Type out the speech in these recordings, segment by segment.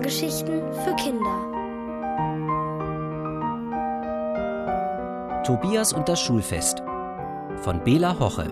Hörgeschichten für Kinder. Tobias und das Schulfest von Bela Hoche.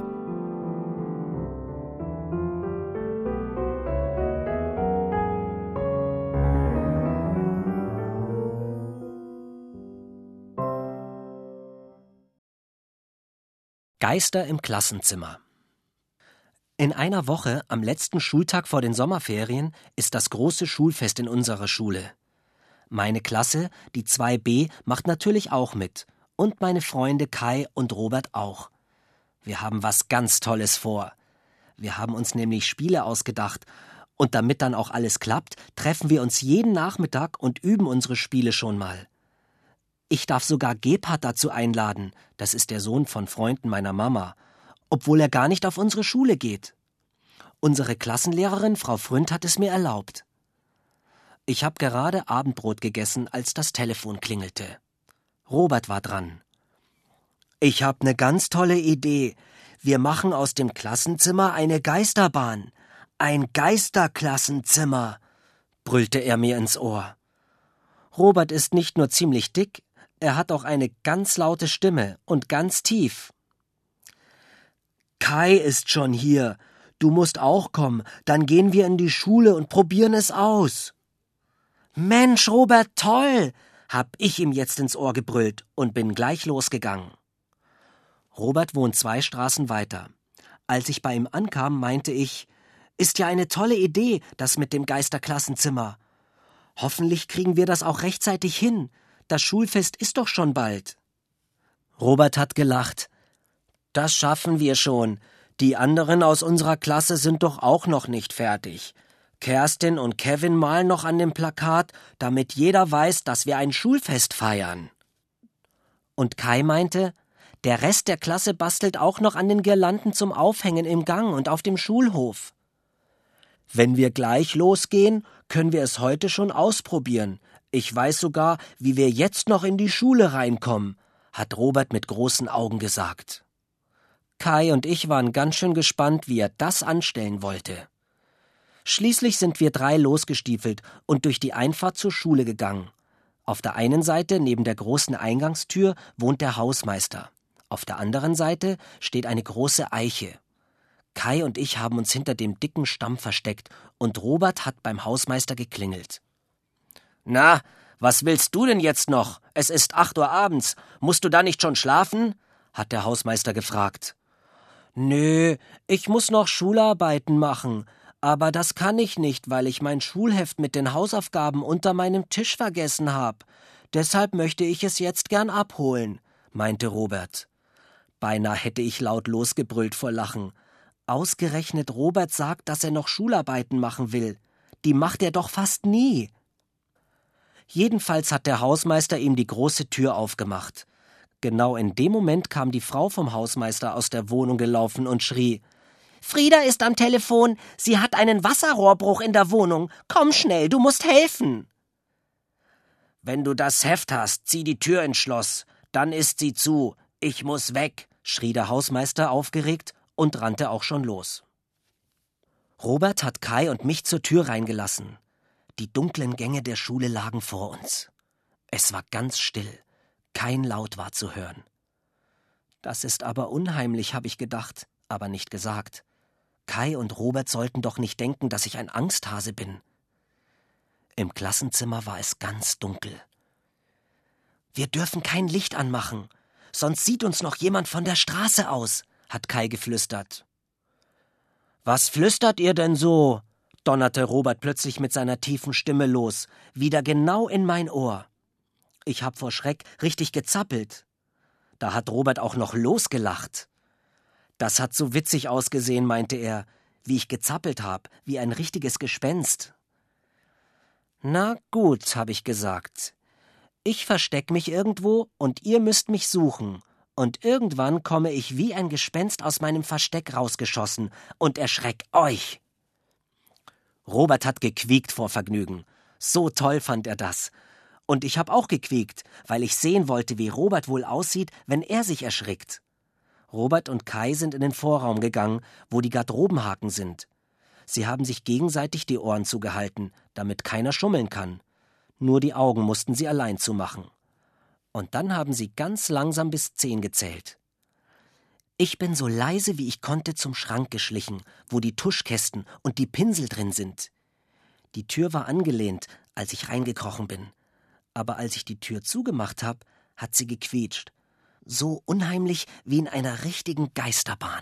Geister im Klassenzimmer. In einer Woche, am letzten Schultag vor den Sommerferien, ist das große Schulfest in unserer Schule. Meine Klasse, die 2b, macht natürlich auch mit. Und meine Freunde Kai und Robert auch. Wir haben was ganz Tolles vor. Wir haben uns nämlich Spiele ausgedacht. Und damit dann auch alles klappt, treffen wir uns jeden Nachmittag und üben unsere Spiele schon mal. Ich darf sogar Gebhard dazu einladen. Das ist der Sohn von Freunden meiner Mama. Obwohl er gar nicht auf unsere Schule geht. Unsere Klassenlehrerin, Frau Fründ, hat es mir erlaubt. Ich habe gerade Abendbrot gegessen, als das Telefon klingelte. Robert war dran. »Ich habe eine ganz tolle Idee. Wir machen aus dem Klassenzimmer eine Geisterbahn. Ein Geisterklassenzimmer«, brüllte er mir ins Ohr. Robert ist nicht nur ziemlich dick, er hat auch eine ganz laute Stimme und ganz tief. »Kai ist schon hier. Du musst auch kommen. Dann gehen wir in die Schule und probieren es aus.« »Mensch, Robert, toll!« hab ich ihm jetzt ins Ohr gebrüllt und bin gleich losgegangen. Robert wohnt 2 Straßen weiter. Als ich bei ihm ankam, meinte ich, »Ist ja eine tolle Idee, das mit dem Geisterklassenzimmer. Hoffentlich kriegen wir das auch rechtzeitig hin. Das Schulfest ist doch schon bald.« Robert hat gelacht. »Das schaffen wir schon. Die anderen aus unserer Klasse sind doch auch noch nicht fertig. Kerstin und Kevin malen noch an dem Plakat, damit jeder weiß, dass wir ein Schulfest feiern.« Und Kai meinte, der Rest der Klasse bastelt auch noch an den Girlanden zum Aufhängen im Gang und auf dem Schulhof. »Wenn wir gleich losgehen, können wir es heute schon ausprobieren. Ich weiß sogar, wie wir jetzt noch in die Schule reinkommen«, hat Robert mit großen Augen gesagt. Kai und ich waren ganz schön gespannt, wie er das anstellen wollte. Schließlich sind wir 3 losgestiefelt und durch die Einfahrt zur Schule gegangen. Auf der einen Seite, neben der großen Eingangstür, wohnt der Hausmeister. Auf der anderen Seite steht eine große Eiche. Kai und ich haben uns hinter dem dicken Stamm versteckt und Robert hat beim Hausmeister geklingelt. »Na, was willst du denn jetzt noch? Es ist 8 Uhr abends. Musst du da nicht schon schlafen?« hat der Hausmeister gefragt. »Nö, ich muss noch Schularbeiten machen. Aber das kann ich nicht, weil ich mein Schulheft mit den Hausaufgaben unter meinem Tisch vergessen habe. Deshalb möchte ich es jetzt gern abholen«, meinte Robert. Beinahe hätte ich laut losgebrüllt vor Lachen. Ausgerechnet Robert sagt, dass er noch Schularbeiten machen will. Die macht er doch fast nie. Jedenfalls hat der Hausmeister ihm die große Tür aufgemacht. Genau in dem Moment kam die Frau vom Hausmeister aus der Wohnung gelaufen und schrie, »Frieda ist am Telefon, sie hat einen Wasserrohrbruch in der Wohnung. Komm schnell, du musst helfen.« »Wenn du das Heft hast, zieh die Tür ins Schloss. Dann ist sie zu. Ich muss weg«, schrie der Hausmeister aufgeregt und rannte auch schon los. Robert hat Kai und mich zur Tür reingelassen. Die dunklen Gänge der Schule lagen vor uns. Es war ganz still. Kein Laut war zu hören. Das ist aber unheimlich, habe ich gedacht, aber nicht gesagt. Kai und Robert sollten doch nicht denken, dass ich ein Angsthase bin. Im Klassenzimmer war es ganz dunkel. »Wir dürfen kein Licht anmachen, sonst sieht uns noch jemand von der Straße aus«, hat Kai geflüstert. »Was flüstert ihr denn so?«, donnerte Robert plötzlich mit seiner tiefen Stimme los, wieder genau in mein Ohr. Ich hab vor Schreck richtig gezappelt. Da hat Robert auch noch losgelacht. »Das hat so witzig ausgesehen«, meinte er, »wie ich gezappelt hab, wie ein richtiges Gespenst.« »Na gut«, habe ich gesagt. »Ich versteck mich irgendwo und ihr müsst mich suchen. Und irgendwann komme ich wie ein Gespenst aus meinem Versteck rausgeschossen und erschreck euch.« Robert hat gequiekt vor Vergnügen. So toll fand er das. Und ich habe auch gequiekt, weil ich sehen wollte, wie Robert wohl aussieht, wenn er sich erschrickt. Robert und Kai sind in den Vorraum gegangen, wo die Garderobenhaken sind. Sie haben sich gegenseitig die Ohren zugehalten, damit keiner schummeln kann. Nur die Augen mussten sie allein zumachen. Und dann haben sie ganz langsam bis 10 gezählt. Ich bin so leise, wie ich konnte, zum Schrank geschlichen, wo die Tuschkästen und die Pinsel drin sind. Die Tür war angelehnt, als ich reingekrochen bin. Aber als ich die Tür zugemacht habe, hat sie gequietscht. So unheimlich wie in einer richtigen Geisterbahn.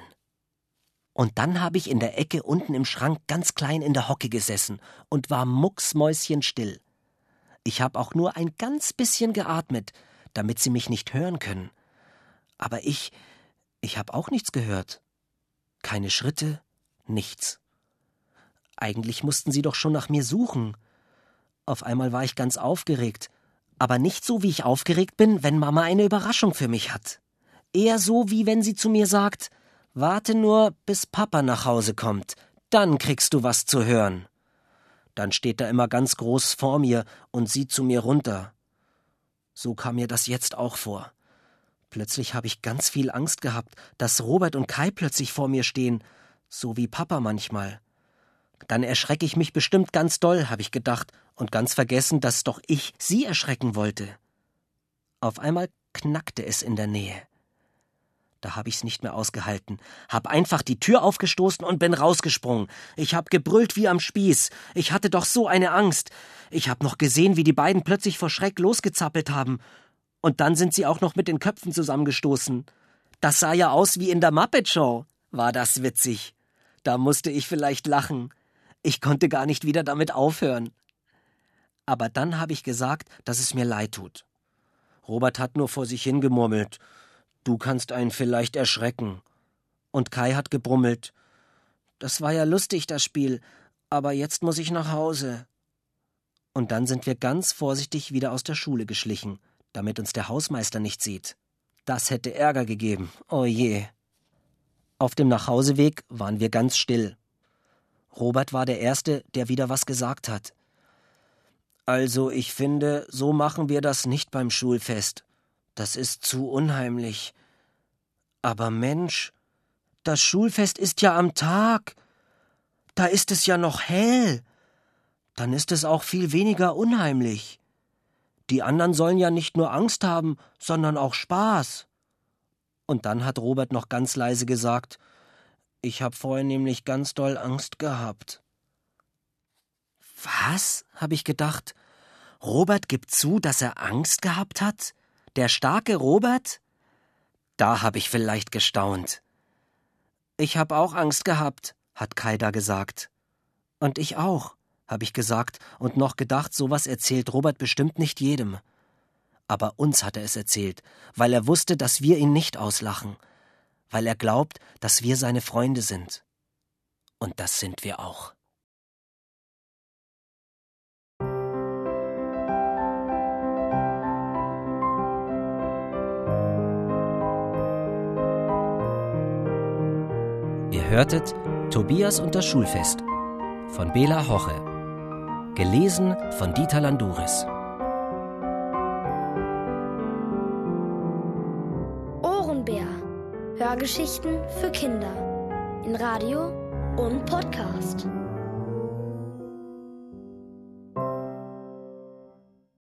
Und dann habe ich in der Ecke unten im Schrank ganz klein in der Hocke gesessen und war mucksmäuschenstill. Ich habe auch nur ein ganz bisschen geatmet, damit sie mich nicht hören können. Aber ich habe auch nichts gehört. Keine Schritte, nichts. Eigentlich mussten sie doch schon nach mir suchen. Auf einmal war ich ganz aufgeregt. Aber nicht so, wie ich aufgeregt bin, wenn Mama eine Überraschung für mich hat. Eher so, wie wenn sie zu mir sagt: Warte nur, bis Papa nach Hause kommt, dann kriegst du was zu hören. Dann steht er immer ganz groß vor mir und sieht zu mir runter. So kam mir das jetzt auch vor. Plötzlich habe ich ganz viel Angst gehabt, dass Robert und Kai plötzlich vor mir stehen, so wie Papa manchmal. Dann erschrecke ich mich bestimmt ganz doll, habe ich gedacht, und ganz vergessen, dass doch ich sie erschrecken wollte. Auf einmal knackte es in der Nähe. Da habe ich's nicht mehr ausgehalten, hab einfach die Tür aufgestoßen und bin rausgesprungen. Ich hab gebrüllt wie am Spieß. Ich hatte doch so eine Angst. Ich hab noch gesehen, wie die beiden plötzlich vor Schreck losgezappelt haben. Und dann sind sie auch noch mit den Köpfen zusammengestoßen. Das sah ja aus wie in der Muppet Show. War das witzig. Da musste ich vielleicht lachen. Ich konnte gar nicht wieder damit aufhören. Aber dann habe ich gesagt, dass es mir leid tut. Robert hat nur vor sich hingemurmelt: Du kannst einen vielleicht erschrecken. Und Kai hat gebrummelt: Das war ja lustig, das Spiel, aber jetzt muss ich nach Hause. Und dann sind wir ganz vorsichtig wieder aus der Schule geschlichen, damit uns der Hausmeister nicht sieht. Das hätte Ärger gegeben, oh je. Auf dem Nachhauseweg waren wir ganz still. Robert war der Erste, der wieder was gesagt hat. Also, ich finde, so machen wir das nicht beim Schulfest. Das ist zu unheimlich. Aber Mensch, das Schulfest ist ja am Tag. Da ist es ja noch hell. Dann ist es auch viel weniger unheimlich. Die anderen sollen ja nicht nur Angst haben, sondern auch Spaß. Und dann hat Robert noch ganz leise gesagt: Ich habe vorhin nämlich ganz doll Angst gehabt. Was? Habe ich gedacht. Robert gibt zu, dass er Angst gehabt hat? Der starke Robert? Da habe ich vielleicht gestaunt. Ich habe auch Angst gehabt, hat Kai da gesagt. Und ich auch, habe ich gesagt und noch gedacht, sowas erzählt Robert bestimmt nicht jedem. Aber uns hat er es erzählt, weil er wusste, dass wir ihn nicht auslachen, weil er glaubt, dass wir seine Freunde sind. Und das sind wir auch. Ihr hörtet Tobias und das Schulfest von Bela Hoche, gelesen von Dieter Landouris. Ohrenbär. Hörgeschichten für Kinder in Radio und Podcast.